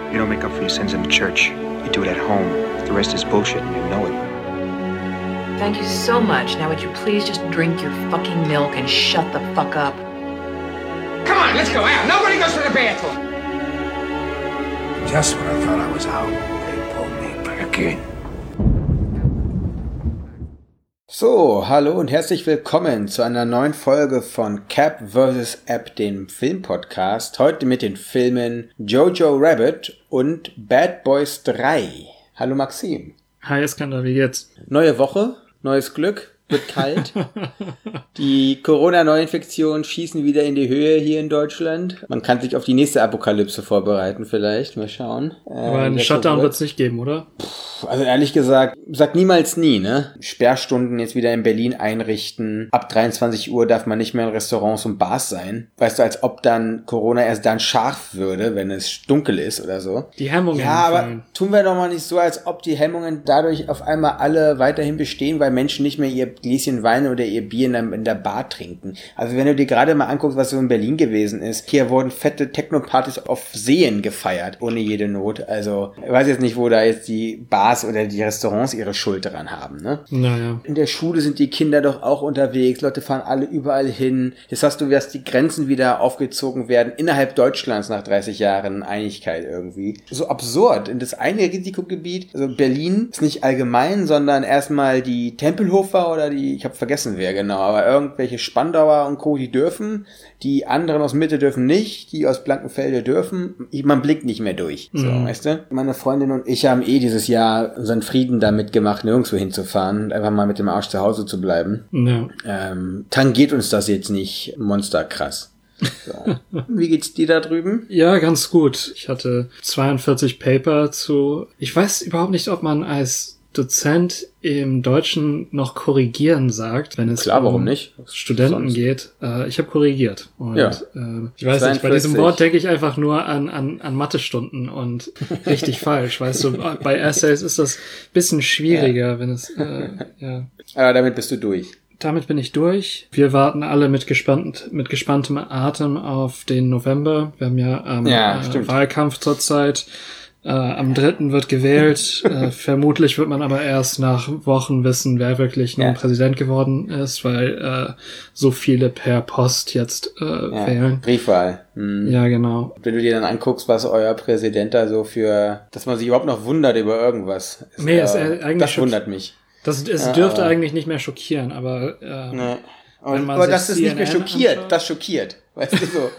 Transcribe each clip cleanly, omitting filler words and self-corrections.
You don't make up for your sins in the church. You do it at home. The rest is bullshit and you know it. Thank you so much. Now would you please just drink your fucking milk and shut the fuck up? Come on, let's go out. Nobody goes to the bathroom. Just when I thought I was out, they pulled me back in. So, hallo und herzlich willkommen zu einer neuen Folge von Cap vs. App, dem Filmpodcast. Heute mit den Filmen Jojo Rabbit und Bad Boys 3. Hallo Maxim. Hi Iskander, wie geht's? Neue Woche, neues Glück, wird kalt. Die Corona-Neuinfektionen schießen wieder in die Höhe hier in Deutschland. Man kann sich auf die nächste Apokalypse vorbereiten vielleicht, mal schauen. Aber einen Shutdown wird's nicht geben, oder? Also ehrlich gesagt, sag niemals nie, ne? Sperrstunden jetzt wieder in Berlin einrichten. Ab 23 Uhr darf man nicht mehr in Restaurants und Bars sein. Weißt du, als ob dann Corona erst dann scharf würde, wenn es dunkel ist oder so. Die Hemmungen. Ja, aber tun wir doch mal nicht so, als ob die Hemmungen dadurch auf einmal alle weiterhin bestehen, weil Menschen nicht mehr ihr Gläschen Wein oder ihr Bier in der Bar trinken. Also wenn du dir gerade mal anguckst, was so in Berlin gewesen ist, hier wurden fette Techno-Partys auf Seen gefeiert, ohne jede Not. Also ich weiß jetzt nicht, wo da jetzt die Bars oder die Restaurants ihre Schuld daran haben, ne? Naja. In der Schule sind die Kinder doch auch unterwegs, Leute fahren alle überall hin. Jetzt hast du, dass die Grenzen wieder aufgezogen werden, innerhalb Deutschlands nach 30 Jahren Einigkeit irgendwie. So absurd. In das eine Risikogebiet, also Berlin ist nicht allgemein, sondern erstmal die Tempelhofer oder ich habe vergessen wer genau, aber irgendwelche Spandauer und Co., die dürfen, die anderen aus Mitte dürfen nicht, die aus Blankenfelde dürfen. Man blickt nicht mehr durch, so, weißt du? Meine Freundin und ich haben dieses Jahr unseren Frieden damit gemacht, nirgendwo hinzufahren und einfach mal mit dem Arsch zu Hause zu bleiben. Ja. Tangiert uns das jetzt nicht monsterkrass. So. Wie geht's dir da drüben? Ja, ganz gut. Ich hatte 42 Paper ich weiß überhaupt nicht, ob man als Dozent im Deutschen noch korrigieren sagt, wenn es warum nicht? Studenten geht. Ich habe korrigiert. Und ja. Ich weiß nicht, bei diesem Wort denke ich einfach nur an Mathestunden und richtig falsch. Weißt du, bei Essays ist das ein bisschen schwieriger, wenn es ja. Aber damit bist du durch. Damit bin ich durch. Wir warten alle mit gespanntem Atem auf den November. Wir haben ja Wahlkampf zurzeit. Am 3. wird gewählt. Vermutlich wird man aber erst nach Wochen wissen, wer wirklich nun Präsident geworden ist, weil so viele per Post jetzt wählen. Briefwahl. Ja, genau. Wenn du dir dann anguckst, was euer Präsident da so dass man sich überhaupt noch wundert über irgendwas. Das wundert mich. Es dürfte eigentlich nicht mehr schockieren, aber aber das ist nicht mehr schockiert, das schockiert. Weißt du so?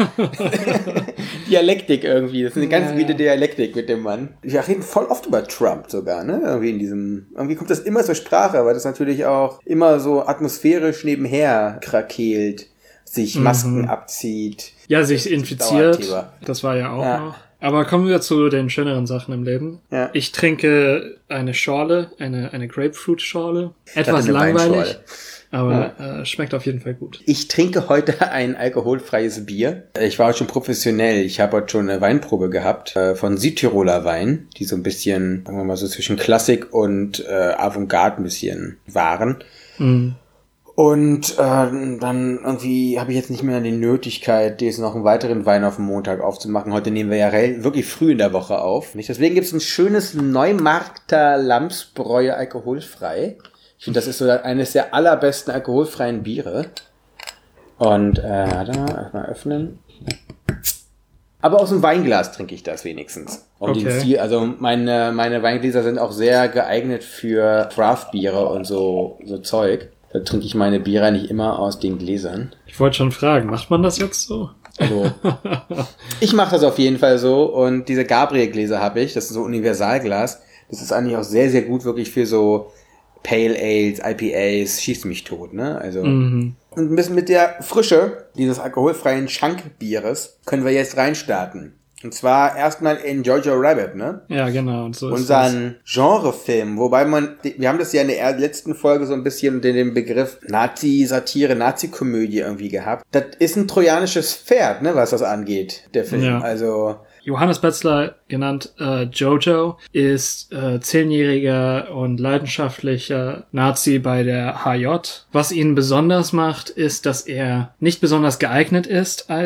Dialektik irgendwie, das ist eine ganz wilde Dialektik mit dem Mann. Wir reden voll oft über Trump sogar, ne? Irgendwie kommt das immer zur Sprache, weil das natürlich auch immer so atmosphärisch nebenher krakeelt, sich Masken abzieht. Ja, sich infiziert, das war ja auch noch. Aber kommen wir zu den schöneren Sachen im Leben. Ja. Ich trinke eine Schorle, eine Grapefruit-Schorle. Etwas langweilig, aber schmeckt auf jeden Fall gut. Ich trinke heute ein alkoholfreies Bier. Ich war heute schon professionell. Ich habe heute schon eine Weinprobe gehabt von Südtiroler Wein, die so ein bisschen, sagen wir mal so zwischen Klassik und Avantgarde ein bisschen waren. Mhm. Und dann irgendwie habe ich jetzt nicht mehr die Nötigkeit, jetzt noch einen weiteren Wein auf den Montag aufzumachen. Heute nehmen wir ja wirklich früh in der Woche auf. Deswegen gibt es ein schönes Neumarkter Lamsbräu alkoholfrei. Ich finde, das ist so eines der allerbesten alkoholfreien Biere. Und erstmal öffnen. Aber aus dem Weinglas trinke ich das wenigstens. Und den Stil, also meine Weingläser sind auch sehr geeignet für Craft-Biere und so Zeug. Da trinke ich meine Biere eigentlich immer aus den Gläsern. Ich wollte schon fragen, macht man das jetzt so? Also, ich mache das auf jeden Fall so. Und diese Gabriel-Gläser habe ich. Das ist so Universalglas. Das ist eigentlich auch sehr, sehr gut wirklich für so Pale Ales, IPAs. Schießt mich tot, ne? Also Und ein bisschen mit der Frische dieses alkoholfreien Schankbieres können wir jetzt reinstarten. Und zwar erstmal in Jojo Rabbit, ne? Ja, genau. Und so unseren Genrefilm, wobei wir haben das ja in der letzten Folge so ein bisschen unter dem Begriff Nazi-Satire, Nazi-Komödie irgendwie gehabt. Das ist ein trojanisches Pferd, ne, was das angeht, der Film. Ja. Also Johannes Betzler, genannt Jojo, ist 10-jähriger und leidenschaftlicher Nazi bei der HJ. Was ihn besonders macht, ist, dass er nicht besonders geeignet ist als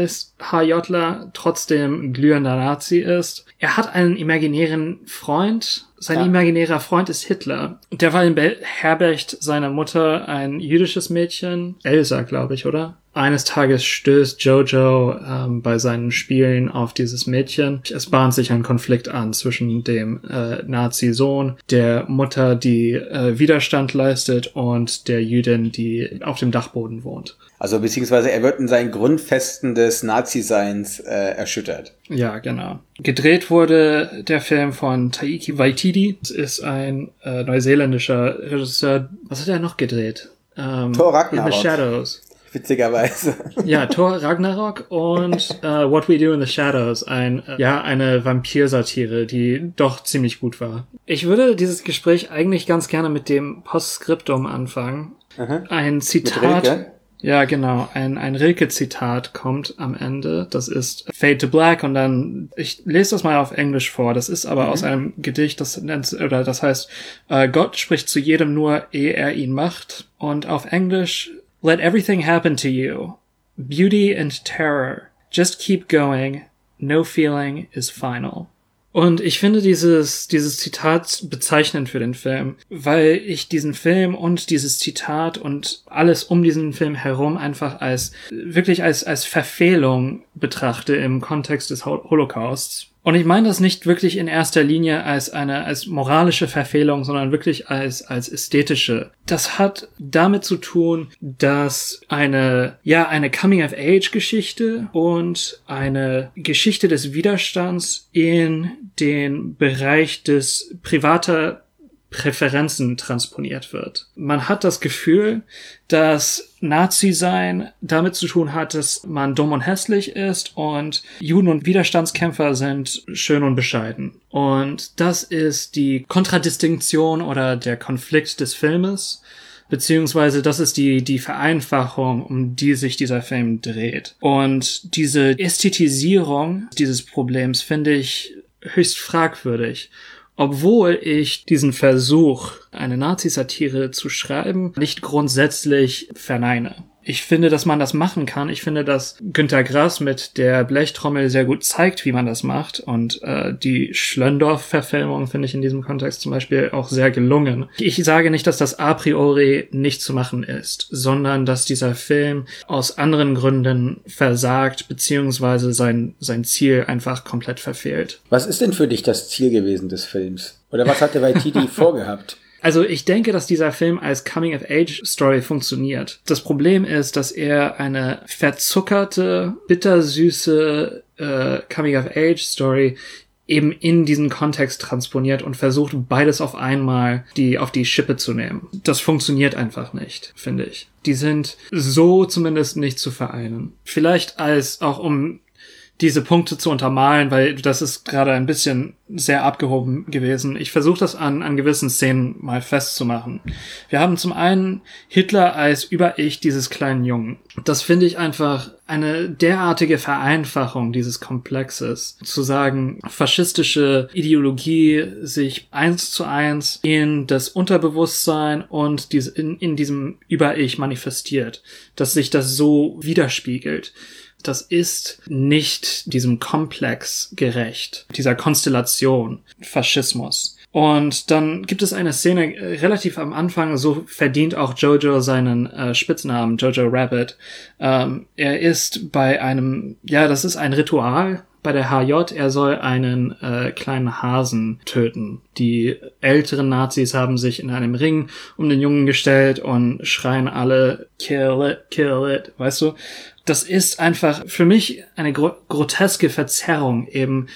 HJler trotzdem glühender Nazi ist. Er hat einen imaginären Freund. Sein imaginärer Freund ist Hitler. Derweil beherbergt seine Mutter ein jüdisches Mädchen. Elsa, glaube ich, oder? Eines Tages stößt Jojo bei seinen Spielen auf dieses Mädchen. Es bahnt sich ein Konflikt an zwischen dem Nazi-Sohn, der Mutter, die Widerstand leistet, und der Jüdin, die auf dem Dachboden wohnt. Also beziehungsweise er wird in seinen Grundfesten des Nazi-Seins erschüttert. Ja, genau. Gedreht wurde der Film von Taiki Waititi. Das ist ein neuseeländischer Regisseur. Was hat er noch gedreht? Thor Ragnarok. In the Shadows. Witzigerweise. Ja, Thor Ragnarok und What We Do in the Shadows, eine Vampirsatire, die doch ziemlich gut war. Ich würde dieses Gespräch eigentlich ganz gerne mit dem Postskriptum anfangen. Aha. Ein Zitat. Mit Rilke? Ja, genau. Ein Rilke-Zitat kommt am Ende. Das ist Fade to Black, und dann, ich lese das mal auf Englisch vor. Das ist aber aus einem Gedicht, das heißt, Gott spricht zu jedem nur, ehe er ihn macht. Und auf Englisch: Let everything happen to you. Beauty and terror. Just keep going. No feeling is final. Und ich finde dieses Zitat bezeichnend für den Film, weil ich diesen Film und dieses Zitat und alles um diesen Film herum einfach als Verfehlung betrachte im Kontext des Holocausts. Und ich meine das nicht wirklich in erster Linie als moralische Verfehlung, sondern wirklich als ästhetische. Das hat damit zu tun, dass eine Coming-of-Age-Geschichte und eine Geschichte des Widerstands in den Bereich des privater Präferenzen transponiert wird. Man hat das Gefühl, dass Nazi-Sein damit zu tun hat, dass man dumm und hässlich ist und Juden und Widerstandskämpfer sind schön und bescheiden. Und das ist die Kontradistinktion oder der Konflikt des Filmes, beziehungsweise das ist die Vereinfachung, um die sich dieser Film dreht. Und diese Ästhetisierung dieses Problems finde ich höchst fragwürdig. Obwohl ich diesen Versuch, eine Nazi-Satire zu schreiben, nicht grundsätzlich verneine. Ich finde, dass man das machen kann. Ich finde, dass Günter Grass mit der Blechtrommel sehr gut zeigt, wie man das macht. Und die Schlöndorff-Verfilmung finde ich in diesem Kontext zum Beispiel auch sehr gelungen. Ich sage nicht, dass das a priori nicht zu machen ist, sondern dass dieser Film aus anderen Gründen versagt, beziehungsweise sein Ziel einfach komplett verfehlt. Was ist denn für dich das Ziel gewesen des Films? Oder was hatte Waititi vorgehabt? Also ich denke, dass dieser Film als Coming-of-Age-Story funktioniert. Das Problem ist, dass er eine verzuckerte, bittersüße Coming-of-Age-Story eben in diesen Kontext transponiert und versucht, beides auf einmal auf die Schippe zu nehmen. Das funktioniert einfach nicht, finde ich. Die sind so zumindest nicht zu vereinen. Vielleicht auch um diese Punkte zu untermalen, weil das ist gerade ein bisschen sehr abgehoben gewesen. Ich versuche das an gewissen Szenen mal festzumachen. Wir haben zum einen Hitler als Über-Ich dieses kleinen Jungen. Das finde ich einfach eine derartige Vereinfachung dieses Komplexes. Zu sagen, faschistische Ideologie sich 1:1 in das Unterbewusstsein und in diesem Über-Ich manifestiert. Dass sich das so widerspiegelt. Das ist nicht diesem Komplex gerecht, dieser Konstellation Faschismus. Und dann gibt es eine Szene relativ am Anfang, so verdient auch Jojo seinen Spitznamen, Jojo Rabbit. Er ist bei das ist ein Ritual bei der HJ, er soll einen kleinen Hasen töten. Die älteren Nazis haben sich in einem Ring um den Jungen gestellt und schreien alle, kill it, weißt du? Das ist einfach für mich eine groteske Verzerrung eben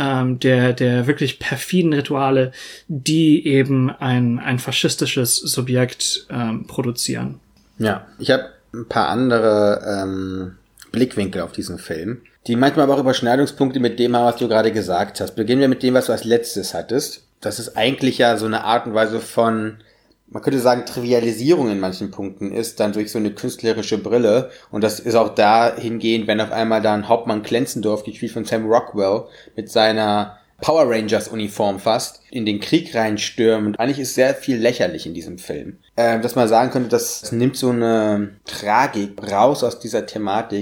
der wirklich perfiden Rituale, die eben ein faschistisches Subjekt produzieren. Ja, ich habe ein paar andere Blickwinkel auf diesen Film, die manchmal aber auch Überschneidungspunkte mit dem haben, was du gerade gesagt hast. Beginnen wir mit dem, was du als letztes hattest. Das ist eigentlich ja so eine Art und Weise von, man könnte sagen, Trivialisierung in manchen Punkten ist, dann durch so eine künstlerische Brille. Und das ist auch dahingehend, wenn auf einmal da ein Hauptmann Klenzendorf, gespielt von Sam Rockwell, mit seiner Power Rangers Uniform fast, in den Krieg reinstürmt. Eigentlich ist sehr viel lächerlich in diesem Film. Dass man sagen könnte, das nimmt so eine Tragik raus aus dieser Thematik.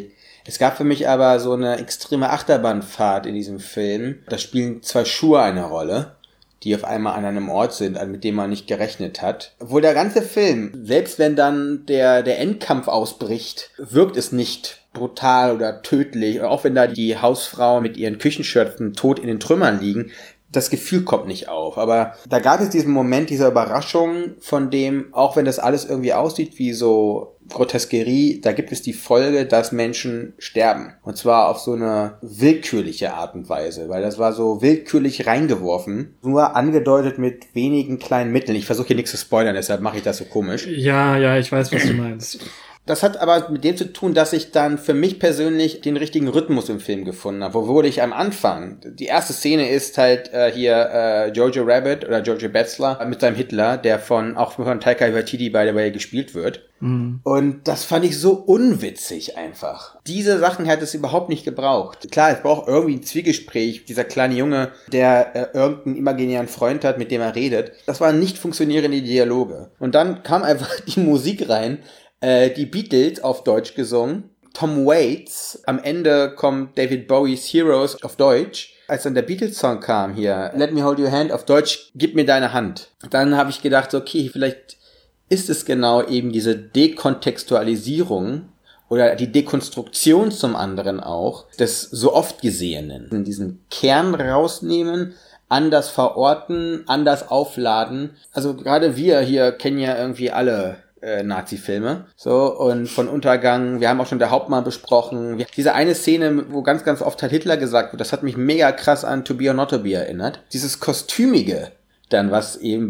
Es gab für mich aber so eine extreme Achterbahnfahrt in diesem Film. Da spielen 2 Schuhe eine Rolle, die auf einmal an einem Ort sind, mit dem man nicht gerechnet hat. Obwohl der ganze Film, selbst wenn dann der Endkampf ausbricht, wirkt es nicht brutal oder tödlich. Auch wenn da die Hausfrau mit ihren Küchenschürzen tot in den Trümmern liegen, das Gefühl kommt nicht auf. Aber da gab es diesen Moment dieser Überraschung, von dem, auch wenn das alles irgendwie aussieht wie so Grotesquerie, da gibt es die Folge, dass Menschen sterben. Und zwar auf so eine willkürliche Art und Weise, weil das war so willkürlich reingeworfen, nur angedeutet mit wenigen kleinen Mitteln. Ich versuche hier nichts zu spoilern, deshalb mache ich das so komisch. Ja, ich weiß, was du meinst. Das hat aber mit dem zu tun, dass ich dann für mich persönlich den richtigen Rhythmus im Film gefunden habe. Wo wurde ich am Anfang? Die erste Szene ist halt Jojo Rabbit oder Jojo Betzler mit seinem Hitler, der von Taika Waititi, by the way, gespielt wird. Mhm. Und das fand ich so unwitzig einfach. Diese Sachen hätte es überhaupt nicht gebraucht. Klar, es braucht irgendwie ein Zwiegespräch. Dieser kleine Junge, der irgendeinen imaginären Freund hat, mit dem er redet. Das waren nicht funktionierende Dialoge. Und dann kam einfach die Musik rein. Die Beatles auf Deutsch gesungen, Tom Waits, am Ende kommt David Bowies Heroes auf Deutsch. Als dann der Beatles-Song kam hier, Let Me Hold Your Hand, auf Deutsch, Gib mir deine Hand. Dann habe ich gedacht, okay, vielleicht ist es genau eben diese Dekontextualisierung oder die Dekonstruktion zum anderen auch des so oft Gesehenen. Diesen Kern rausnehmen, anders verorten, anders aufladen. Also gerade wir hier kennen ja irgendwie alle Nazi-Filme. So, und von Untergang, wir haben auch schon der Hauptmann besprochen. Diese eine Szene, wo ganz, ganz oft halt Hitler gesagt wird, das hat mich mega krass an To Be or Not to Be erinnert. Dieses Kostümige dann, was eben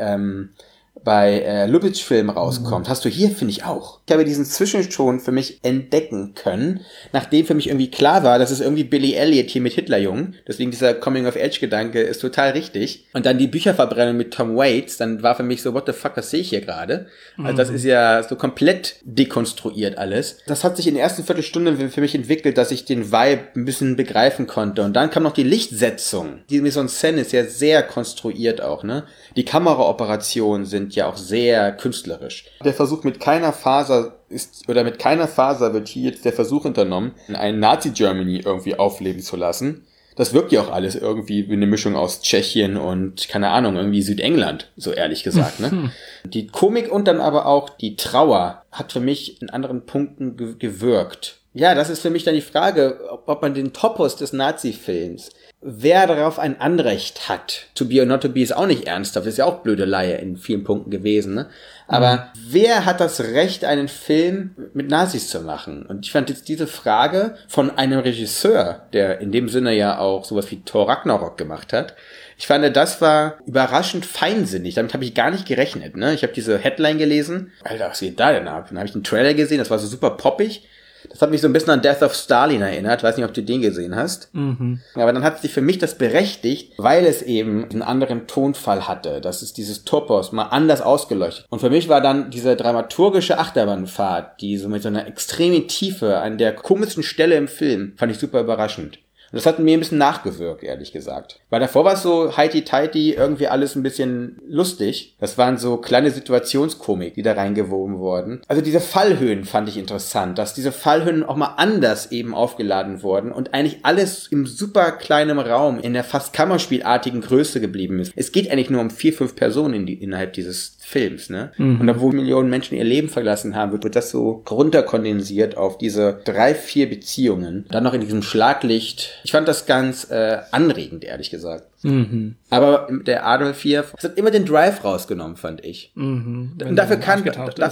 bei Lubitsch-Filmen rauskommt, hast du hier, finde ich, auch. Ich habe diesen Zwischenton für mich entdecken können, nachdem für mich irgendwie klar war, dass es irgendwie Billy Elliot hier mit Hitlerjungen, deswegen dieser Coming-of-Age-Gedanke ist total richtig. Und dann die Bücherverbrennung mit Tom Waits, dann war für mich so, what the fuck, was sehe ich hier gerade? Also das ist ja so komplett dekonstruiert alles. Das hat sich in der ersten Viertelstunde für mich entwickelt, dass ich den Vibe ein bisschen begreifen konnte. Und dann kam noch die Lichtsetzung. Die Mise-en-Scène ist ja sehr konstruiert auch, ne? Die Kameraoperationen sind ja auch sehr künstlerisch. Der Versuch mit keiner Faser wird hier jetzt der Versuch unternommen, ein Nazi-Germany irgendwie aufleben zu lassen. Das wirkt ja auch alles irgendwie wie eine Mischung aus Tschechien und, keine Ahnung, irgendwie Südengland, so ehrlich gesagt, ne? Die Komik und dann aber auch die Trauer hat für mich in anderen Punkten gewirkt. Ja, das ist für mich dann die Frage, ob man den Topos des Nazi-Films, wer darauf ein Anrecht hat. To Be or Not to Be ist auch nicht ernsthaft, ist ja auch Blödelei in vielen Punkten gewesen, ne? Aber wer hat das Recht, einen Film mit Nazis zu machen? Und ich fand jetzt diese Frage von einem Regisseur, der in dem Sinne ja auch sowas wie Thor Ragnarok gemacht hat, ich fand, das war überraschend feinsinnig. Damit habe ich gar nicht gerechnet, ne? Ich habe diese Headline gelesen. Alter, was geht da denn ab? Dann habe ich den Trailer gesehen, das war so super poppig. Das hat mich so ein bisschen an Death of Stalin erinnert. Weiß nicht, ob du den gesehen hast. Mhm. Aber dann hat sich für mich das berechtigt, weil es eben einen anderen Tonfall hatte. Das ist dieses Topos mal anders ausgeleuchtet. Und für mich war dann diese dramaturgische Achterbahnfahrt, die so mit so einer extremen Tiefe an der komischsten Stelle im Film, fand ich super überraschend. Und das hat mir ein bisschen nachgewirkt, ehrlich gesagt. Weil davor war es so heiti-teiti, irgendwie alles ein bisschen lustig. Das waren so kleine Situationskomik, die da reingewoben wurden. Also diese Fallhöhen fand ich interessant, dass diese Fallhöhen auch mal anders eben aufgeladen wurden und eigentlich alles im super kleinen Raum in der fast kammerspielartigen Größe geblieben ist. Es geht eigentlich nur um 4-5 Personen innerhalb dieses Films, ne? Mhm. Und obwohl Millionen Menschen ihr Leben verlassen haben, wird das so runterkondensiert auf diese 3-4 Beziehungen. Dann noch in diesem Schlaglicht. Ich fand das ganz anregend, ehrlich gesagt. Mhm. Aber der Adolf hier, es hat immer den Drive rausgenommen, fand ich. Mhm. Und dafür kann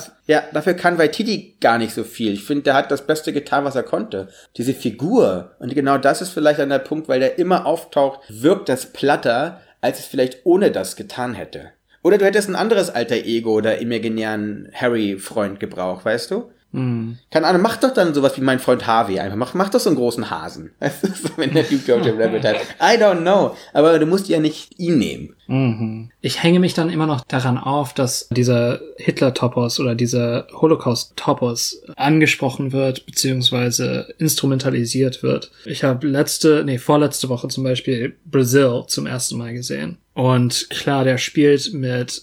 Waititi gar nicht so viel. Ich finde, der hat das Beste getan, was er konnte. Diese Figur. Und genau das ist vielleicht an der Punkt, weil der immer auftaucht, wirkt das platter, als es vielleicht ohne das getan hätte. Oder du hättest ein anderes alter Ego oder imaginären Harry-Freund gebraucht, weißt du? Mm. Keine Ahnung, mach doch dann sowas wie mein Freund Harvey einfach. Mach doch so einen großen Hasen. Weißt du, wenn der Typ Jojo Rabbit hat. I don't know. Aber du musst ja nicht ihn nehmen. Mhm. Ich hänge mich dann immer noch daran auf, dass dieser Hitler-Topos oder dieser Holocaust-Topos angesprochen wird, beziehungsweise instrumentalisiert wird. Ich habe vorletzte Woche zum Beispiel Brazil zum ersten Mal gesehen. Und klar, der spielt mit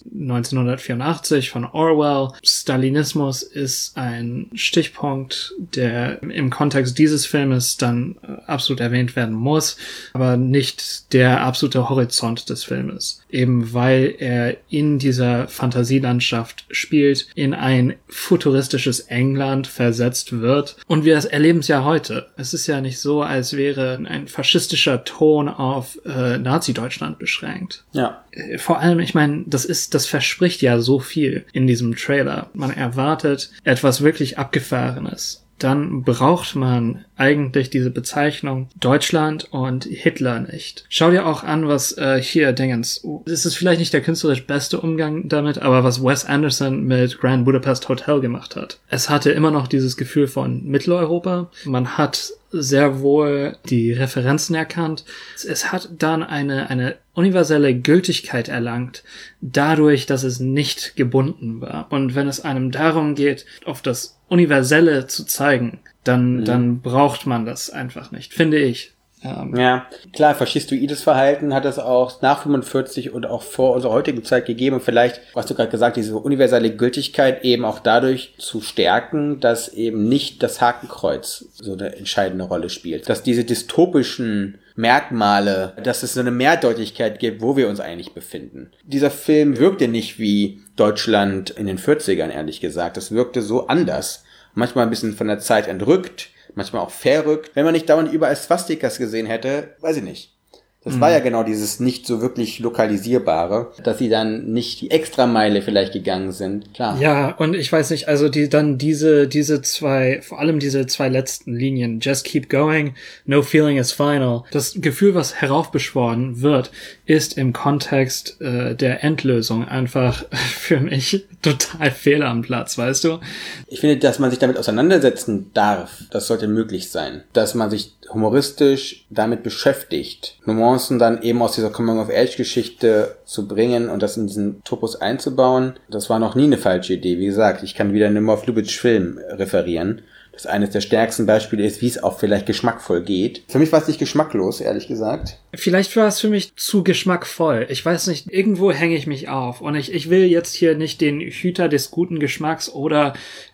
1984 von Orwell. Stalinismus ist ein Stichpunkt, der im Kontext dieses Filmes dann absolut erwähnt werden muss, aber nicht der absolute Horizont des Filmes. Eben weil er in dieser Fantasielandschaft spielt, in ein futuristisches England versetzt wird. Und wir erleben es ja heute. Es ist ja nicht so, als wäre ein faschistischer Ton auf Nazi-Deutschland beschränkt. Ja. Vor allem, ich meine, das verspricht ja so viel in diesem Trailer. Man erwartet etwas wirklich Abgefahrenes. Dann braucht man eigentlich diese Bezeichnung Deutschland und Hitler nicht. Schau dir auch an, was hier Dingens. Es ist vielleicht nicht der künstlerisch beste Umgang damit, aber was Wes Anderson mit Grand Budapest Hotel gemacht hat. Es hatte immer noch dieses Gefühl von Mitteleuropa. Man hat sehr wohl die Referenzen erkannt. Es hat dann eine universelle Gültigkeit erlangt, dadurch, dass es nicht gebunden war. Und wenn es einem darum geht, auf das Universelle zu zeigen, dann braucht man das einfach nicht, finde ich. Ja, klar, faschistoides Verhalten hat es auch nach 45 und auch vor unserer heutigen Zeit gegeben. Und vielleicht, was du gerade gesagt, diese universelle Gültigkeit eben auch dadurch zu stärken, dass eben nicht das Hakenkreuz so eine entscheidende Rolle spielt. Dass diese dystopischen Merkmale, dass es so eine Mehrdeutigkeit gibt, wo wir uns eigentlich befinden. Dieser Film wirkte nicht wie Deutschland in den 40ern, ehrlich gesagt. Das wirkte so anders. Manchmal ein bisschen von der Zeit entrückt, manchmal auch verrückt. Wenn man nicht dauernd überall Swastikas gesehen hätte, weiß ich nicht. Das war ja genau dieses nicht so wirklich Lokalisierbare, dass sie dann nicht die Extrameile vielleicht gegangen sind. Klar. Ja, und ich weiß nicht, also diese zwei, vor allem diese zwei letzten Linien, just keep going, no feeling is final. Das Gefühl, was heraufbeschworen wird, ist im Kontext der Endlösung einfach für mich total fehl am Platz, weißt du? Ich finde, dass man sich damit auseinandersetzen darf, das sollte möglich sein. Dass man sich humoristisch damit beschäftigt, Nuancen dann eben aus dieser Coming-of-Age-Geschichte zu bringen und das in diesen Topos einzubauen, das war noch nie eine falsche Idee. Wie gesagt, ich kann wieder nur auf Lubitsch Film referieren, das eines der stärksten Beispiele ist, wie es auch vielleicht geschmackvoll geht. Für mich war es nicht geschmacklos, ehrlich gesagt. Vielleicht war es für mich zu geschmackvoll. Ich weiß nicht, irgendwo hänge ich mich auf. Und ich will jetzt hier nicht den Hüter des guten Geschmacks oder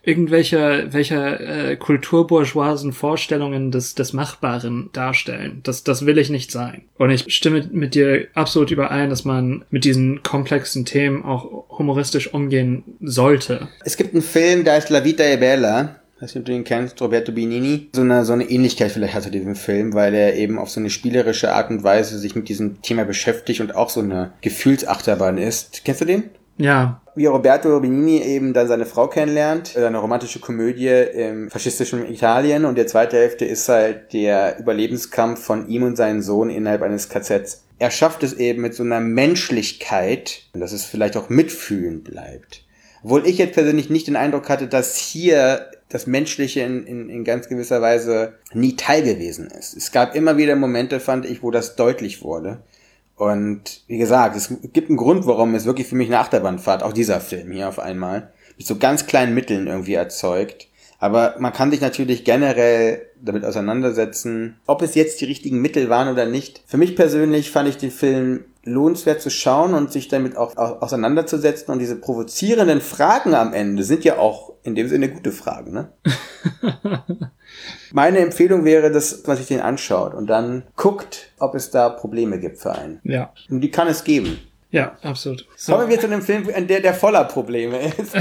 welcher kulturbourgeoisen Vorstellungen des Machbaren darstellen. Das will ich nicht sein. Und ich stimme mit dir absolut überein, dass man mit diesen komplexen Themen auch humoristisch umgehen sollte. Es gibt einen Film, der heißt La Vita è Bella. Ich weiß nicht, ob du ihn kennst, Roberto Benigni. So eine Ähnlichkeit vielleicht hatte diesen Film, weil er eben auf so eine spielerische Art und Weise sich mit diesem Thema beschäftigt und auch so eine Gefühlsachterbahn ist. Kennst du den? Ja. Wie Roberto Benigni eben dann seine Frau kennenlernt, eine romantische Komödie im faschistischen Italien, und der zweite Hälfte ist halt der Überlebenskampf von ihm und seinem Sohn innerhalb eines KZs. Er schafft es eben mit so einer Menschlichkeit, dass es vielleicht auch mitfühlen bleibt. Obwohl ich jetzt persönlich nicht den Eindruck hatte, dass hier das Menschliche in ganz gewisser Weise nie Teil gewesen ist. Es gab immer wieder Momente, fand ich, wo das deutlich wurde. Und wie gesagt, es gibt einen Grund, warum es wirklich für mich eine Achterbahnfahrt, auch dieser Film hier auf einmal, mit so ganz kleinen Mitteln irgendwie erzeugt. Aber man kann sich natürlich generell damit auseinandersetzen, ob es jetzt die richtigen Mittel waren oder nicht. Für mich persönlich fand ich den Film lohnenswert zu schauen und sich damit auch auseinanderzusetzen. Und diese provozierenden Fragen am Ende sind ja auch in dem Sinne gute Fragen, ne? Meine Empfehlung wäre, dass man sich den anschaut und dann guckt, ob es da Probleme gibt für einen. Ja. Und die kann es geben. Ja, absolut. So. Kommen wir zu einem Film, der voller Probleme ist.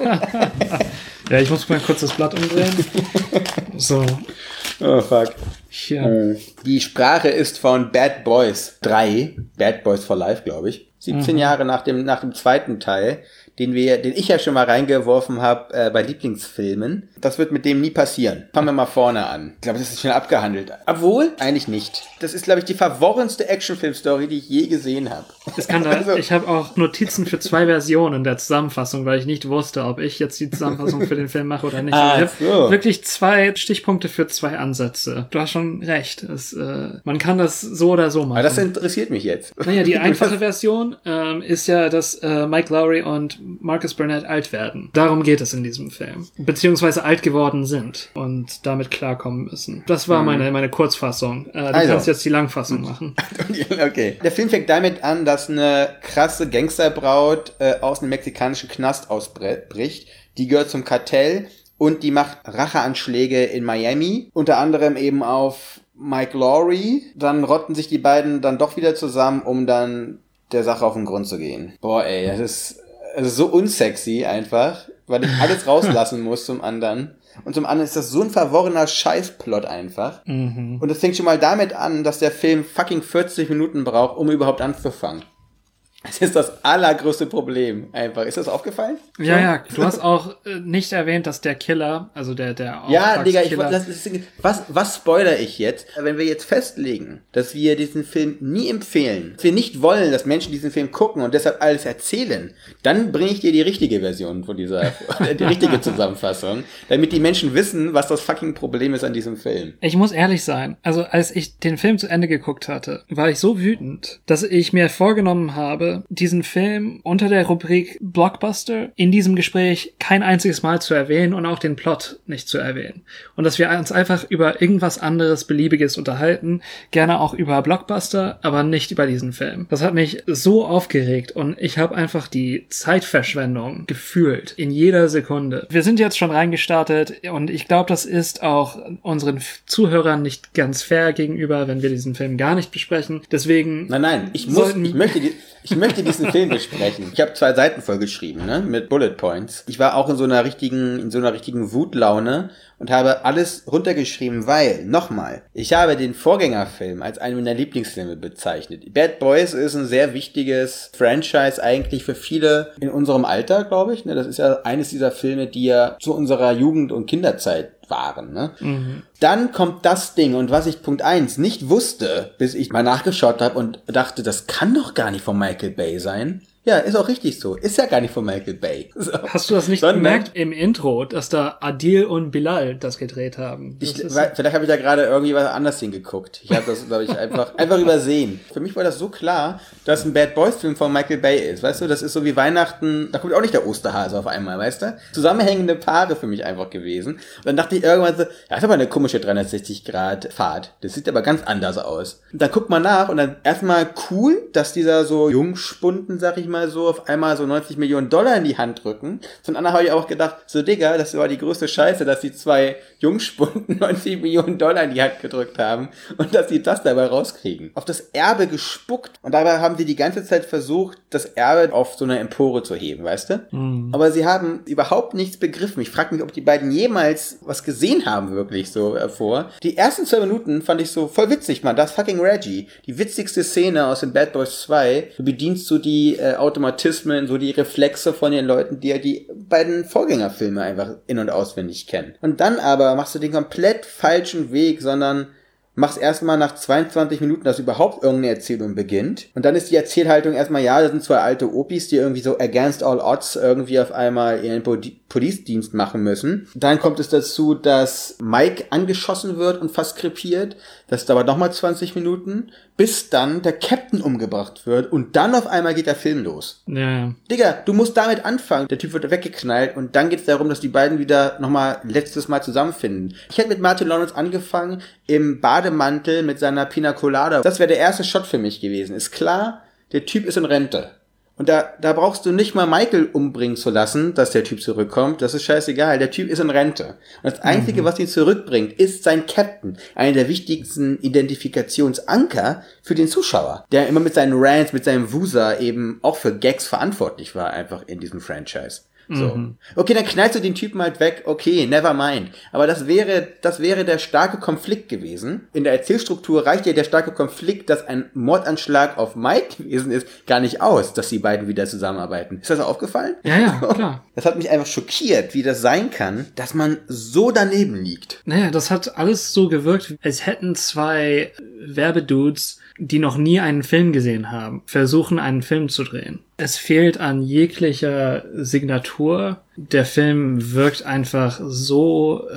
Ja, ich muss mal kurz das Blatt umdrehen. So. Oh, fuck. Hier. Die Sprache ist von Bad Boys 3. Bad Boys for Life, glaube ich. 17 Jahre nach dem zweiten Teil, den ich ja schon mal reingeworfen habe bei Lieblingsfilmen. Das wird mit dem nie passieren. Fangen wir mal vorne an. Ich glaube, das ist schon abgehandelt. Obwohl, eigentlich nicht. Das ist, glaube ich, die verworrenste Actionfilm-Story, die ich je gesehen habe. Ich habe auch Notizen für 2 Versionen der Zusammenfassung, weil ich nicht wusste, ob ich jetzt die Zusammenfassung für den Film mache oder nicht. Ich habe wirklich 2 Stichpunkte für 2 Ansätze. Du hast schon recht. Man kann das so oder so machen. Aber das interessiert mich jetzt. Naja, die einfache Version ist ja, dass Mike Lowry und Marcus Burnett alt werden. Darum geht es in diesem Film. Beziehungsweise alt geworden sind und damit klarkommen müssen. Das war meine Kurzfassung. Du kannst jetzt die Langfassung machen. Okay. Der Film fängt damit an, dass dass eine krasse Gangsterbraut aus einem mexikanischen Knast ausbricht. Die gehört zum Kartell und die macht Racheanschläge in Miami, unter anderem eben auf Mike Lowry. Dann rotten sich die beiden dann doch wieder zusammen, um dann der Sache auf den Grund zu gehen. Boah, ey, das ist so unsexy einfach, weil ich alles rauslassen muss zum anderen. Und zum anderen ist das so ein verworrener Scheißplot einfach. Mhm. Und es fängt schon mal damit an, dass der Film fucking 40 Minuten braucht, um überhaupt anzufangen. Das ist das allergrößte Problem einfach. Ist das aufgefallen? Ja, du hast auch nicht erwähnt, dass der Killer, also der ja, Digga, was spoiler ich jetzt? Wenn wir jetzt festlegen, dass wir diesen Film nie empfehlen, dass wir nicht wollen, dass Menschen diesen Film gucken und deshalb alles erzählen, dann bringe ich dir die richtige Version von dieser, die richtige Zusammenfassung, damit die Menschen wissen, was das fucking Problem ist an diesem Film. Ich muss ehrlich sein, also als ich den Film zu Ende geguckt hatte, war ich so wütend, dass ich mir vorgenommen habe, diesen Film unter der Rubrik Blockbuster in diesem Gespräch kein einziges Mal zu erwähnen und auch den Plot nicht zu erwähnen. Und dass wir uns einfach über irgendwas anderes Beliebiges unterhalten, gerne auch über Blockbuster, aber nicht über diesen Film. Das hat mich so aufgeregt und ich habe einfach die Zeitverschwendung gefühlt in jeder Sekunde. Wir sind jetzt schon reingestartet und ich glaube, das ist auch unseren Zuhörern nicht ganz fair gegenüber, wenn wir diesen Film gar nicht besprechen. Deswegen... Nein, ich möchte diesen Film besprechen. Ich habe 2 Seiten vollgeschrieben, ne, mit Bullet Points. Ich war auch in so einer richtigen Wutlaune und habe alles runtergeschrieben, weil, nochmal, ich habe den Vorgängerfilm als einen meiner Lieblingsfilme bezeichnet. Bad Boys ist ein sehr wichtiges Franchise eigentlich für viele in unserem Alter, glaube ich. Ne? Das ist ja eines dieser Filme, die ja zu unserer Jugend- und Kinderzeit waren. Ne? Mhm. Dann kommt das Ding und was ich Punkt 1 nicht wusste, bis ich mal nachgeschaut habe und dachte, das kann doch gar nicht von Michael Bay sein. Ja, ist auch richtig so. Ist ja gar nicht von Michael Bay. So. Hast du das nicht gemerkt im Intro, dass da Adil und Bilal das gedreht haben? Vielleicht habe ich da gerade irgendwie was anders hingeguckt. Ich habe das, glaube ich, einfach übersehen. Für mich war das so klar, dass ein Bad Boys Film von Michael Bay ist. Weißt du, das ist so wie Weihnachten, da kommt auch nicht der Osterhase auf einmal, weißt du? Zusammenhängende Paare für mich einfach gewesen. Und dann dachte ich irgendwann so, ja, ist aber eine komische 360-Grad-Fahrt. Das sieht aber ganz anders aus. Und dann guckt man nach und dann erstmal cool, dass dieser so Jungspunden, sag ich mal, so auf einmal so $90 Millionen in die Hand drücken. Zum anderen habe ich auch gedacht, so Digga, das war die größte Scheiße, dass die 2 Jungspunden $90 Millionen in die Hand gedrückt haben und dass sie das dabei rauskriegen. Auf das Erbe gespuckt und dabei haben sie die ganze Zeit versucht, das Erbe auf so eine Empore zu heben, weißt du? Mhm. Aber sie haben überhaupt nichts begriffen. Ich frage mich, ob die beiden jemals was gesehen haben, wirklich so vor. Die ersten 2 Minuten fand ich so voll witzig, man. Das fucking Reggie. Die witzigste Szene aus dem Bad Boys 2. Du bedienst so die Automatismen, so die Reflexe von den Leuten, die ja die beiden Vorgängerfilme einfach in- und auswendig kennen. Und dann aber machst du den komplett falschen Weg, sondern machst erstmal nach 22 Minuten, dass überhaupt irgendeine Erzählung beginnt. Und dann ist die Erzählhaltung erstmal, ja, das sind 2 alte Opis, die irgendwie so against all odds irgendwie auf einmal ihren Police-Dienst machen müssen. Dann kommt es dazu, dass Mike angeschossen wird und fast krepiert. Das dauert nochmal 20 Minuten, bis dann der Captain umgebracht wird und dann auf einmal geht der Film los. Ja. Digga, du musst damit anfangen. Der Typ wird weggeknallt und dann geht's darum, dass die beiden wieder nochmal letztes Mal zusammenfinden. Ich hätte mit Martin Lawrence angefangen, im Bademantel mit seiner Pina Colada. Das wäre der erste Shot für mich gewesen. Ist klar, der Typ ist in Rente. Und da brauchst du nicht mal Michael umbringen zu lassen, dass der Typ zurückkommt. Das ist scheißegal. Der Typ ist in Rente. Und das Einzige, was ihn zurückbringt, ist sein Captain. Einer der wichtigsten Identifikationsanker für den Zuschauer. Der immer mit seinen Rants, mit seinem Wusa eben auch für Gags verantwortlich war, einfach in diesem Franchise. So. Okay, dann knallst du den Typen halt weg, okay, never mind. Aber das wäre der starke Konflikt gewesen. In der Erzählstruktur reicht ja der starke Konflikt, dass ein Mordanschlag auf Mike gewesen ist, gar nicht aus, dass die beiden wieder zusammenarbeiten. Ist das aufgefallen? Ja, klar. Das hat mich einfach schockiert, wie das sein kann, dass man so daneben liegt. Naja, das hat alles so gewirkt, als hätten 2 Werbedudes, die noch nie einen Film gesehen haben, versuchen, einen Film zu drehen. Es fehlt an jeglicher Signatur. Der Film wirkt einfach so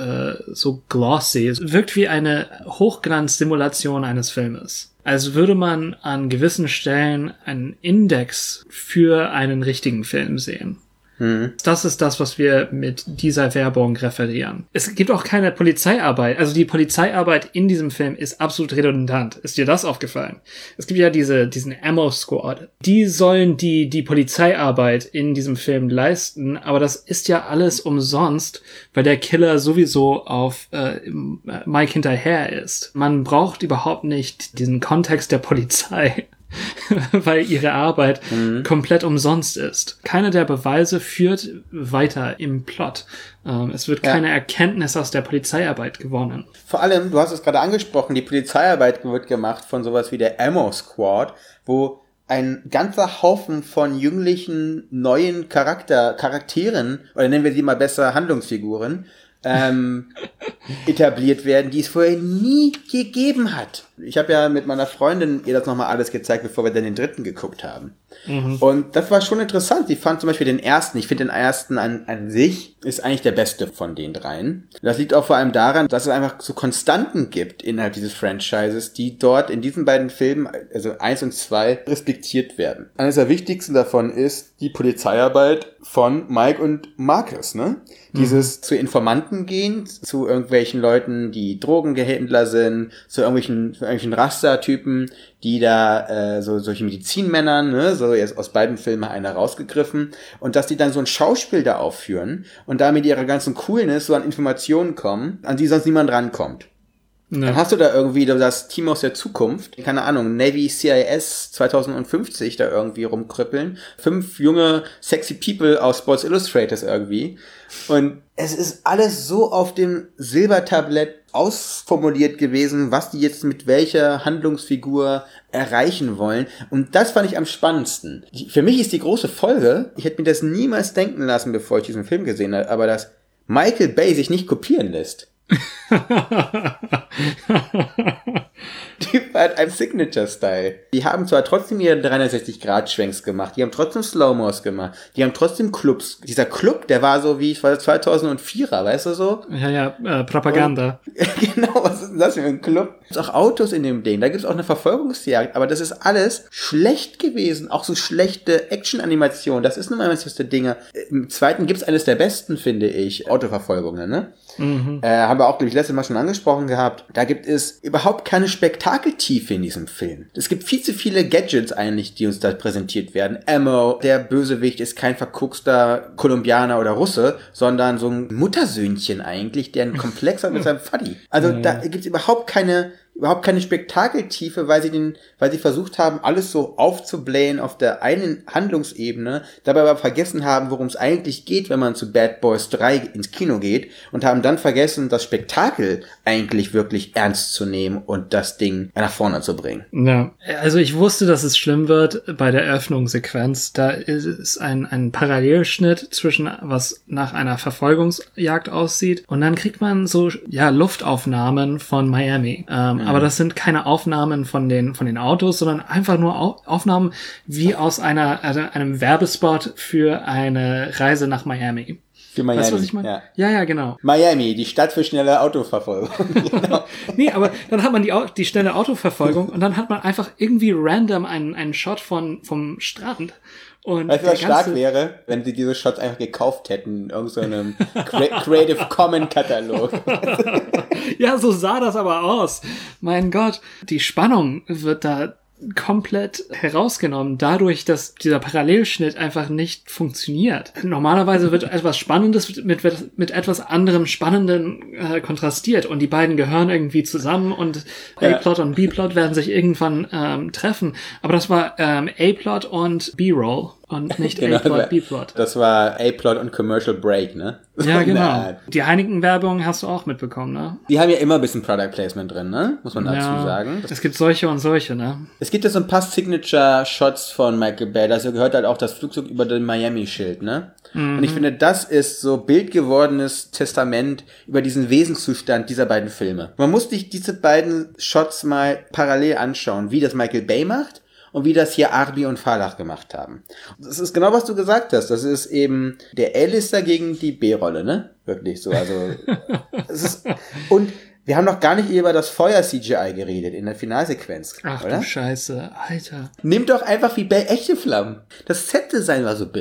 glossy. Es wirkt wie eine Hochglanzsimulation eines Filmes. Als würde man an gewissen Stellen einen Index für einen richtigen Film sehen. Das ist das, was wir mit dieser Werbung referieren. Es gibt auch keine Polizeiarbeit. Also die Polizeiarbeit in diesem Film ist absolut redundant. Ist dir das aufgefallen? Es gibt ja diesen Ammo Squad. Die sollen die Polizeiarbeit in diesem Film leisten, aber das ist ja alles umsonst, weil der Killer sowieso auf Mike hinterher ist. Man braucht überhaupt nicht diesen Kontext der Polizei. Weil ihre Arbeit komplett umsonst ist. Keine der Beweise führt weiter im Plot. Es wird keine Erkenntnis aus der Polizeiarbeit gewonnen. Vor allem, du hast es gerade angesprochen, die Polizeiarbeit wird gemacht von sowas wie der Ammo Squad, wo ein ganzer Haufen von jünglichen, neuen Charakteren, oder nennen wir sie mal besser Handlungsfiguren, etabliert werden, die es vorher nie gegeben hat. Ich habe ja mit meiner Freundin ihr das nochmal alles gezeigt, bevor wir dann den dritten geguckt haben. Und das war schon interessant. Sie fand zum Beispiel den ersten, ich finde den ersten an sich ist eigentlich der beste von den dreien. Das liegt auch vor allem daran, dass es einfach so Konstanten gibt innerhalb dieses Franchises, die dort in diesen beiden Filmen, also 1 und 2, respektiert werden. Eines der wichtigsten davon ist die Polizeiarbeit von Mike und Marcus, ne? Dieses zu Informanten gehen, zu irgendwelchen Leuten, die Drogenhändler sind, zu irgendwelchen Rastertypen, die da solche Medizinmännern, ne, so jetzt aus beiden Filmen einer rausgegriffen, und dass die dann so ein Schauspiel da aufführen und da mit ihrer ganzen Coolness so an Informationen kommen, an die sonst niemand rankommt. Ja. Dann hast du da irgendwie das Team aus der Zukunft, keine Ahnung, Navy CIS 2050 da irgendwie rumkrüppeln, 5 junge, sexy People aus Sports Illustrated irgendwie, und es ist alles so auf dem Silbertablett ausformuliert gewesen, was die jetzt mit welcher Handlungsfigur erreichen wollen. Und das fand ich am spannendsten. Für mich ist die große Folge, ich hätte mir das niemals denken lassen, bevor ich diesen Film gesehen habe, aber dass Michael Bay sich nicht kopieren lässt. Typ hat einen Signature-Style. Die haben zwar trotzdem ihre 360-Grad-Schwenks gemacht, die haben trotzdem Slow-Mos gemacht, die haben trotzdem Clubs. Dieser Club, der war so wie, ich war 2004er, weißt du so? Ja, Propaganda. Und, genau, was ist denn das für ein Club? Es gibt auch Autos in dem Ding, da gibt es auch eine Verfolgungsjagd, aber das ist alles schlecht gewesen, auch so schlechte Action-Animation, das ist nun mal das beste Dinge. Im zweiten gibt's eines der besten, finde ich, Autoverfolgungen, ne? Haben wir auch, glaube ich, letztes Mal schon angesprochen gehabt. Da gibt es überhaupt keine Spektakeltiefe in diesem Film. Es gibt viel zu viele Gadgets eigentlich, die uns da präsentiert werden. Ammo, der Bösewicht ist kein verkuckster Kolumbianer oder Russe, sondern so ein Muttersöhnchen eigentlich, der einen Komplex hat mit seinem Vati. Also da gibt es überhaupt keine Spektakeltiefe, weil sie versucht haben, alles so aufzublähen auf der einen Handlungsebene, dabei aber vergessen haben, worum es eigentlich geht, wenn man zu Bad Boys 3 ins Kino geht, und haben dann vergessen, das Spektakel eigentlich wirklich ernst zu nehmen und das Ding nach vorne zu bringen. Ja, also ich wusste, dass es schlimm wird bei der Eröffnungssequenz. Da ist ein Parallelschnitt zwischen was nach einer Verfolgungsjagd aussieht, und dann kriegt man so, Luftaufnahmen von Miami. Aber das sind keine Aufnahmen von den Autos, sondern einfach nur Aufnahmen wie aus einem Werbespot für eine Reise nach Miami. Für Miami. Weißt du, was ich meine? Ja, genau. Miami, die Stadt für schnelle Autoverfolgung. Genau. Nee, aber dann hat man die schnelle Autoverfolgung und dann hat man einfach irgendwie random einen Shot vom Strand. Und weißt du, was stark wäre, wenn sie diese Shots einfach gekauft hätten in irgendeinem Creative Commons Katalog. Ja, so sah das aber aus. Mein Gott, die Spannung wird da komplett herausgenommen, dadurch, dass dieser Parallelschnitt einfach nicht funktioniert. Normalerweise wird etwas Spannendes mit etwas anderem Spannenden kontrastiert, und die beiden gehören irgendwie zusammen, und A-Plot und B-Plot werden sich irgendwann treffen. Aber das war A-Plot und B-Roll und nicht genau, A-Plot, B-Plot. Das war A-Plot und Commercial Break, ne? Ja, genau. Die Heineken-Werbung hast du auch mitbekommen, ne? Die haben ja immer ein bisschen Product Placement drin, ne? Muss man dazu sagen. Es gibt solche und solche, ne? Es gibt ja so ein paar Signature-Shots von Michael Bay. Dazu gehört halt auch das Flugzeug über dem Miami-Schild, ne? Und ich finde, das ist so bildgewordenes Testament über diesen Wesenszustand dieser beiden Filme. Man muss sich diese beiden Shots mal parallel anschauen, wie das Michael Bay macht und wie das hier Arbi und Falach gemacht haben. Das ist genau, was du gesagt hast. Das ist eben der A-Lister gegen die B-Rolle, ne? Wirklich so. Also, es ist, und wir haben noch gar nicht über das Feuer-CGI geredet in der Finalsequenz. Ach oder? Du Scheiße, Alter. Nimm doch einfach wie Bay echte Flammen. Das Set-Design war so billo.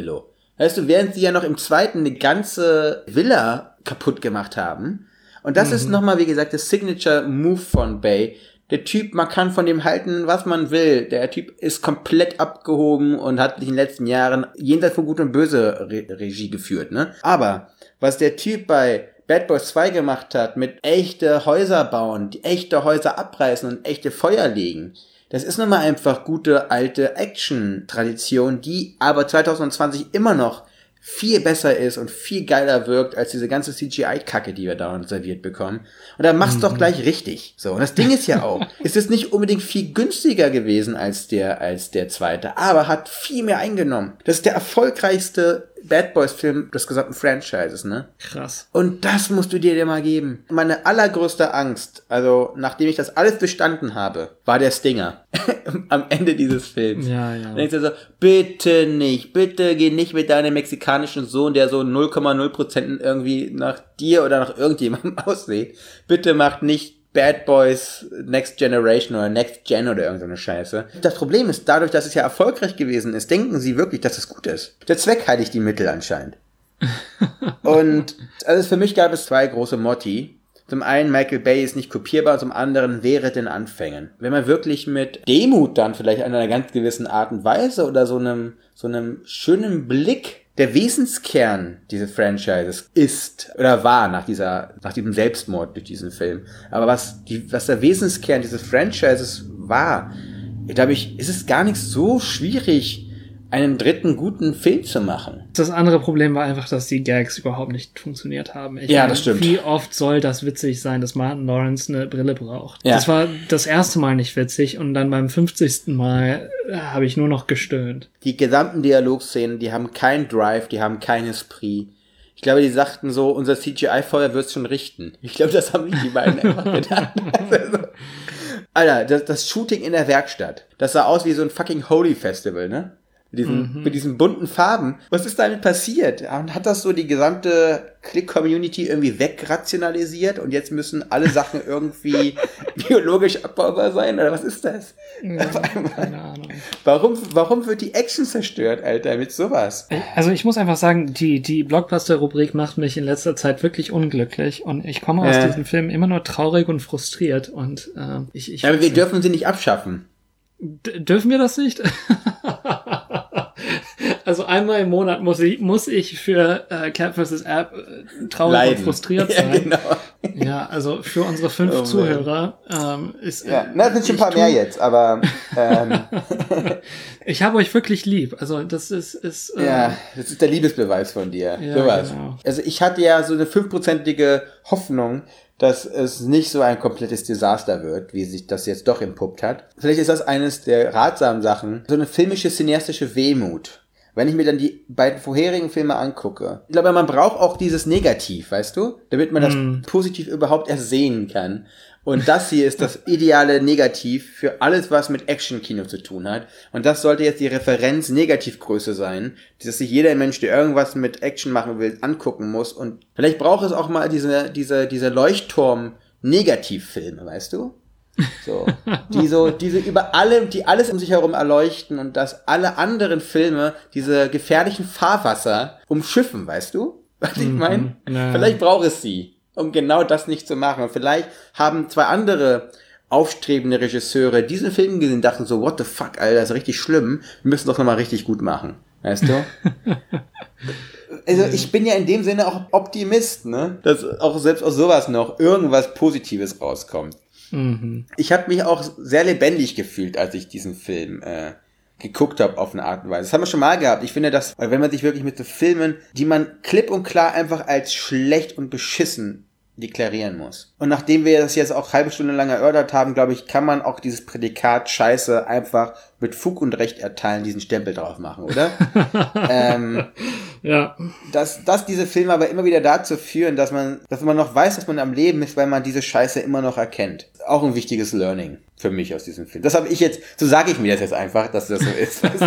Weißt du, während sie ja noch im zweiten eine ganze Villa kaputt gemacht haben. Und das ist nochmal, wie gesagt, das Signature-Move von Bay. Der Typ, man kann von dem halten, was man will. Der Typ ist komplett abgehoben und hat in den letzten Jahren jenseits von Gut und Böse Regie geführt, ne? Aber was der Typ bei Bad Boys 2 gemacht hat, mit echte Häuser bauen, die echte Häuser abreißen und echte Feuer legen, das ist nun mal einfach gute alte Action-Tradition, die aber 2020 immer noch viel besser ist und viel geiler wirkt als diese ganze CGI-Kacke, die wir da serviert bekommen. Und dann mach's doch gleich richtig. So. Und das Ding ist ja auch, es ist nicht unbedingt viel günstiger gewesen als der zweite, aber hat viel mehr eingenommen. Das ist der erfolgreichste Bad Boys-Film des gesamten Franchises, ne? Krass. Und das musst du dir mal geben. Meine allergrößte Angst, also nachdem ich das alles bestanden habe, war der Stinger am Ende dieses Films. Ja. Dann denkst du so, bitte nicht, bitte geh nicht mit deinem mexikanischen Sohn, der so 0,0% irgendwie nach dir oder nach irgendjemandem aussieht. Bitte macht nicht Bad Boys Next Generation oder Next Gen oder irgendeine Scheiße. Das Problem ist, dadurch, dass es ja erfolgreich gewesen ist, denken sie wirklich, dass es gut ist. Der Zweck heiligt die Mittel anscheinend. Und also für mich gab es zwei große Motti. Zum einen, Michael Bay ist nicht kopierbar, zum anderen wäre den Anfängen. Wenn man wirklich mit Demut dann vielleicht an einer ganz gewissen Art und Weise oder so einem schönen Blick der Wesenskern dieses Franchises ist oder war nach diesem Selbstmord durch diesen Film. Aber was der Wesenskern dieses Franchises war, glaube ich, ist es gar nicht so schwierig, einen dritten guten Film zu machen. Das andere Problem war einfach, dass die Gags überhaupt nicht funktioniert haben. Das stimmt. Wie oft soll das witzig sein, dass Martin Lawrence eine Brille braucht? Ja. Das war das erste Mal nicht witzig und dann beim 50. Mal habe ich nur noch gestöhnt. Die gesamten Dialogszenen, die haben keinen Drive, die haben kein Esprit. Ich glaube, die sagten so, unser CGI-Feuer wird's schon richten. Ich glaube, das haben die beiden einfach gedacht. Alter, das Shooting in der Werkstatt, das sah aus wie so ein fucking Holy Festival, ne? Mit diesen bunten Farben. Was ist damit passiert? Und hat das so die gesamte Click-Community irgendwie wegrationalisiert und jetzt müssen alle Sachen irgendwie biologisch abbaubar sein? Oder was ist das? Ja, keine Ahnung. Warum wird die Action zerstört, Alter, mit sowas? Also ich muss einfach sagen, die Blockbuster-Rubrik macht mich in letzter Zeit wirklich unglücklich und ich komme aus diesem Film immer nur traurig und frustriert und aber wir dürfen sie nicht abschaffen. Dürfen wir das nicht? Also einmal im Monat muss ich für Cat vs. App traurig Leiden. Und frustriert sein. Ja, genau. Ja, also für unsere 5 Zuhörer ist... das sind schon ein paar mehr jetzt, aber... Ich habe euch wirklich lieb. Also das ist das ist der Liebesbeweis von dir. Ja, sowas. Genau. Also ich hatte ja so eine 5%ige Hoffnung, dass es nicht so ein komplettes Desaster wird, wie sich das jetzt doch entpuppt hat. Vielleicht ist das eines der ratsamen Sachen. So eine filmische, cineastische Wehmut. Wenn ich mir dann die beiden vorherigen Filme angucke. Ich glaube, man braucht auch dieses Negativ, weißt du? Damit man das positiv überhaupt erst sehen kann. Und das hier ist das ideale Negativ für alles, was mit Action-Kino zu tun hat. Und das sollte jetzt die Referenz Negativgröße sein, dass sich jeder Mensch, der irgendwas mit Action machen will, angucken muss. Und vielleicht braucht es auch mal diese Leuchtturm-Negativfilme, weißt du? Die über allem, die alles um sich herum erleuchten und dass alle anderen Filme diese gefährlichen Fahrwasser umschiffen, weißt du? Was ich meine? Ja. Vielleicht braucht es sie, um genau das nicht zu machen. Und vielleicht haben 2 andere aufstrebende Regisseure diesen Film gesehen und dachten so, what the fuck, Alter, das ist richtig schlimm. Wir müssen das nochmal richtig gut machen. Weißt du? Also ich bin ja in dem Sinne auch Optimist, ne? Dass auch selbst aus sowas noch irgendwas Positives rauskommt. Ich habe mich auch sehr lebendig gefühlt, als ich diesen Film geguckt habe auf eine Art und Weise. Das haben wir schon mal gehabt. Ich finde, dass, wenn man sich wirklich mit so Filmen, die man klipp und klar einfach als schlecht und beschissen deklarieren muss. Und nachdem wir das jetzt auch halbe Stunde lang erörtert haben, glaube ich, kann man auch dieses Prädikat Scheiße einfach mit Fug und Recht erteilen, diesen Stempel drauf machen, oder? Ja. Dass diese Filme aber immer wieder dazu führen, dass man noch weiß, dass man am Leben ist, weil man diese Scheiße immer noch erkennt. auch ein wichtiges Learning für mich aus diesem Film. Das habe ich jetzt, so sage ich mir das jetzt einfach, dass das so ist. Weißt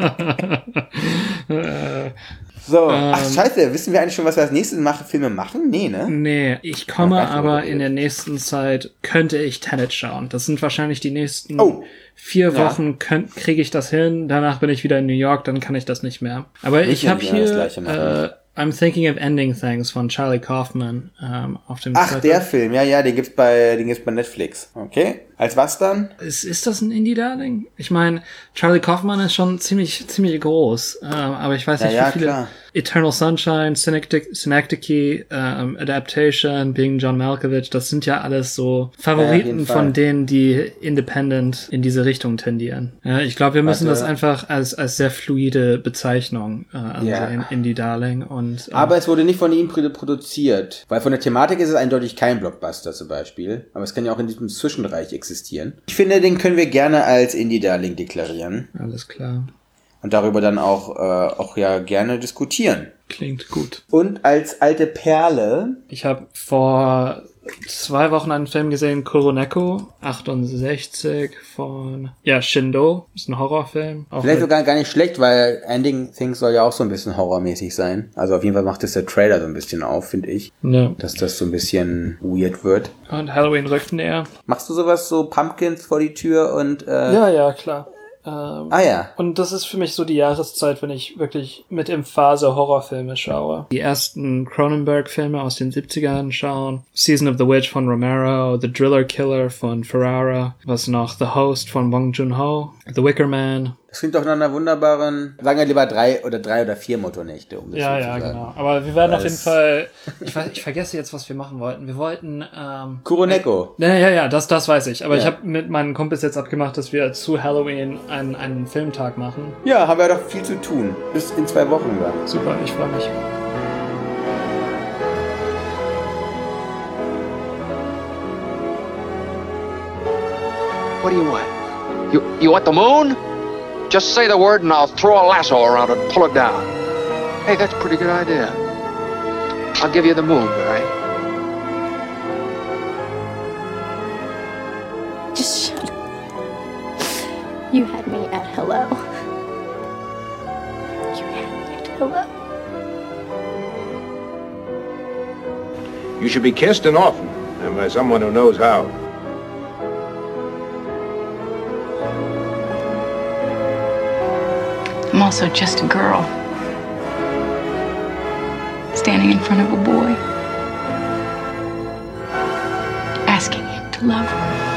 du? So, ach scheiße, wissen wir eigentlich schon, was wir als nächstes Filme machen? Nee, ne? Nee, ich komme aber in der nächsten Zeit, könnte ich Tenet schauen. Das sind wahrscheinlich die nächsten 4 Wochen, kriege ich das hin. Danach bin ich wieder in New York, dann kann ich das nicht mehr. Aber ich habe hier I'm Thinking of Ending Things von Charlie Kaufman auf dem Ach, der Film, ja, den gibt's bei Netflix. Okay. Als was dann? Ist das ein Indie-Darling? Ich meine, Charlie Kaufman ist schon ziemlich groß, aber ich weiß nicht, wie viele. Klar. Eternal Sunshine, Synecdoche, Adaptation, Being John Malkovich, das sind ja alles so Favoriten von denen, die independent in diese Richtung tendieren. Ich glaube, wir müssen das einfach als sehr fluide Bezeichnung ansehen, Indie-Darling. Und aber es wurde nicht von ihm produziert, weil von der Thematik ist es eindeutig kein Blockbuster zum Beispiel, aber es kann ja auch in diesem Zwischenbereich existieren. Ich finde, den können wir gerne als Indie-Darling deklarieren. Alles klar. Und darüber dann auch ja gerne diskutieren. Klingt gut. Und als alte Perle. Ich habe vor 2 Wochen einen Film gesehen, Kuroneko, 68 von Shindo. Ist ein Horrorfilm. Vielleicht sogar gar nicht schlecht, weil Ending Things soll ja auch so ein bisschen horrormäßig sein. Also auf jeden Fall macht es der Trailer so ein bisschen auf, finde ich. Ja. Dass das so ein bisschen weird wird. Und Halloween rückt näher. Machst du sowas, so Pumpkins vor die Tür und Ja, klar. Ja. Und das ist für mich so die Jahreszeit, wenn ich wirklich mit Emphase Horrorfilme schaue. Die ersten Cronenberg-Filme aus den 70ern schauen. Season of the Witch von Romero, The Driller Killer von Ferrara, was noch, The Host von Bong Joon-ho, The Wicker Man. Das klingt doch nach einer wunderbaren, sagen wir lieber 3 oder 4 Motornächte. Um das ja, genau. Aber wir werden auf jeden Fall, ich vergesse jetzt, was wir machen wollten. Wir wollten, Kuroneko. Ja, das weiß ich. Aber ich habe mit meinen Kumpels jetzt abgemacht, dass wir zu Halloween einen Filmtag machen. Ja, haben wir doch viel zu tun. Bis in 2 Wochen dann. Super, ich freue mich. What do you want? You want the moon? Just say the word and I'll throw a lasso around it and pull it down. Hey, that's a pretty good idea. I'll give you the moon, Barry. Just shut up. You had me at hello. You had me at hello. You should be kissed and often, and by someone who knows how. I'm also just a girl, standing in front of a boy, asking him to love her.